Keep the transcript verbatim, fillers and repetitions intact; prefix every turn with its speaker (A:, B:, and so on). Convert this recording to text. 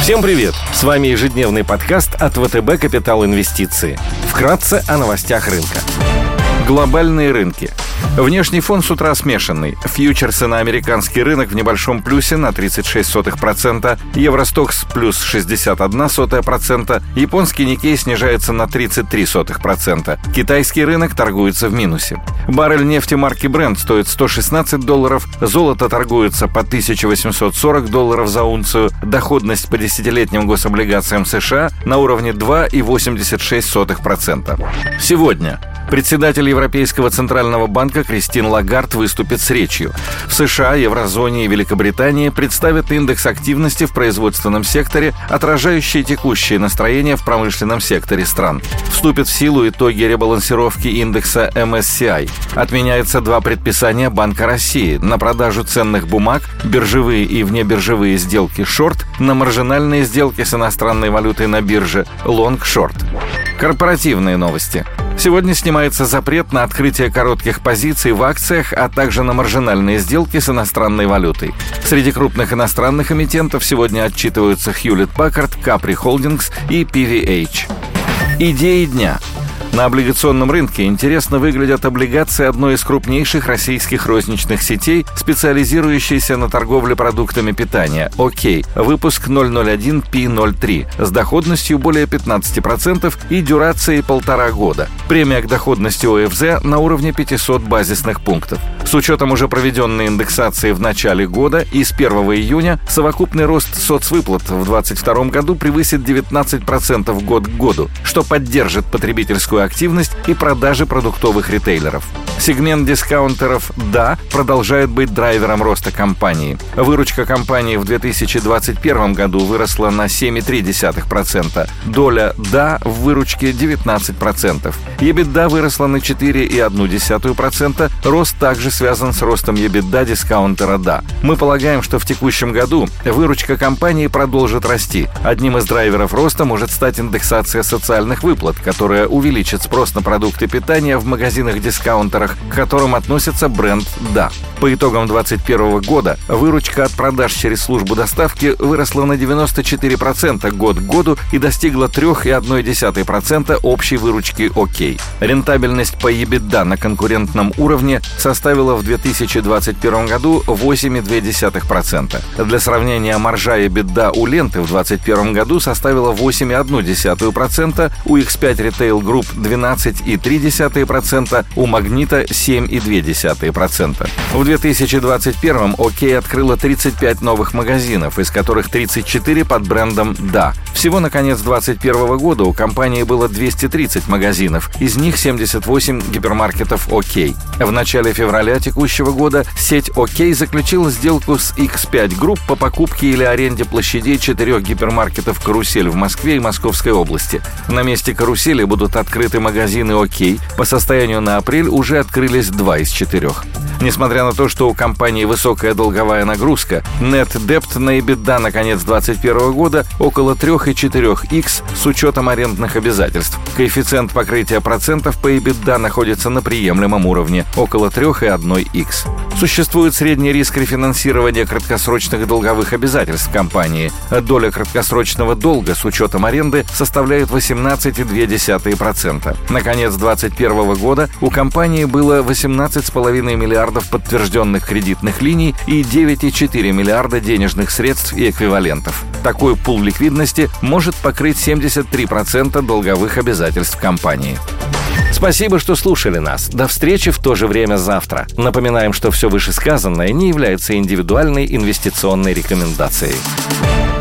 A: Всем привет! С вами ежедневный подкаст от вэ тэ бэ «Капитал Инвестиции». Вкратце о новостях рынка. Глобальные рынки. Внешний фон с утра смешанный. Фьючерсы на американский рынок в небольшом плюсе на тридцать шесть сотых процента, Евростокс плюс шестьдесят одна сотая процента, японский Никей снижается на тридцать три сотых процента, китайский рынок торгуется в минусе. Баррель нефти марки Brent стоит сто шестнадцать долларов, золото торгуется по тысяча восемьсот сорок долларов за унцию, доходность по десятилетним гособлигациям США на уровне два целых восемьдесят шесть сотых процента. Сегодня председатель Европейского центрального банка Кристин Лагард выступит с речью. В США, Еврозоне и Великобритании представят индекс активности в производственном секторе, отражающий текущие настроения в промышленном секторе стран. Вступят в силу итоги ребалансировки индекса эм эс си ай. Отменяется два предписания Банка России на продажу ценных бумаг, биржевые и внебиржевые сделки шорт, на маржинальные сделки с иностранной валютой на бирже лонг-шорт. Корпоративные новости. Сегодня снимается запрет на открытие коротких позиций в акциях, а также на маржинальные сделки с иностранной валютой. Среди крупных иностранных эмитентов сегодня отчитываются Hewlett-Packard, Capri Holdings и пи ви эйч. Идеи дня. На облигационном рынке интересно выглядят облигации одной из крупнейших российских розничных сетей, специализирующейся на торговле продуктами питания «Окей». Выпуск ноль ноль один пи ноль три с доходностью более пятнадцать процентов и дюрацией полтора года. Премия к доходности о эф зэ на уровне пятьсот базисных пунктов. С учетом уже проведенной индексации в начале года и с первого июня совокупный рост соцвыплат в две тысячи двадцать втором году превысит девятнадцать процентов год к году, что поддержит потребительскую активность и продажи продуктовых ритейлеров. Сегмент дискаунтеров «Да» продолжает быть драйвером роста компании. Выручка компании в две тысячи двадцать первом году выросла на семь целых три десятых процента. Доля «Да» в выручке девятнадцать процентов. EBITDA выросла на четыре целых одну десятую процента. Рост также связан с ростом EBITDA дискаунтера «Да». Мы полагаем, что в текущем году выручка компании продолжит расти. Одним из драйверов роста может стать индексация социальных выплат, которая увеличит спрос на продукты питания в магазинах-дискаунтерах, к которым относится бренд «Да». По итогам две тысячи двадцать первого года выручка от продаж через службу доставки выросла на девяносто четыре процента год к году и достигла три целых одна десятая процента общей выручки «Окей». Рентабельность по EBITDA на конкурентном уровне составила в две тысячи двадцать первом году восемь целых две десятых процента. Для сравнения, маржа EBITDA у Ленты в две тысячи двадцать первом году составила восемь целых одна десятая процента, у икс пять Retail Group двенадцать целых три десятых процента, у Магнита семь целых две десятых процента. В две тысячи двадцать первом «Окей» открыла тридцать пять новых магазинов, из которых тридцать четыре под брендом «Да». Всего на конец две тысячи двадцать первого года у компании было двести тридцать магазинов, из них семьдесят восемь гипермаркетов «Окей». В начале февраля текущего года сеть «Окей» заключила сделку с икс пять Group по покупке или аренде площадей четырех гипермаркетов «Карусель» в Москве и Московской области. На месте «Карусели» будут открыты магазины «Окей». По состоянию на апрель уже открылись два из четырех. Несмотря на то, что у компании высокая долговая нагрузка, Net Debt на EBITDA на конец две тысячи двадцать первого года около три целых четыре икс с учетом арендных обязательств. Коэффициент покрытия процентов по EBITDA находится на приемлемом уровне – около три целых одна икс. Существует средний риск рефинансирования краткосрочных долговых обязательств компании. Доля краткосрочного долга с учетом аренды составляет восемнадцать целых две десятых процента. На конец две тысячи двадцать первого года у компании было восемнадцать целых пять десятых миллиардов подтвержденных кредитных линий и девять целых четыре десятых миллиарда денежных средств и эквивалентов. Такой пул ликвидности может покрыть семьдесят три процента долговых обязательств компании. Спасибо, что слушали нас. До встречи в то же время завтра. Напоминаем, что все вышесказанное не является индивидуальной инвестиционной рекомендацией.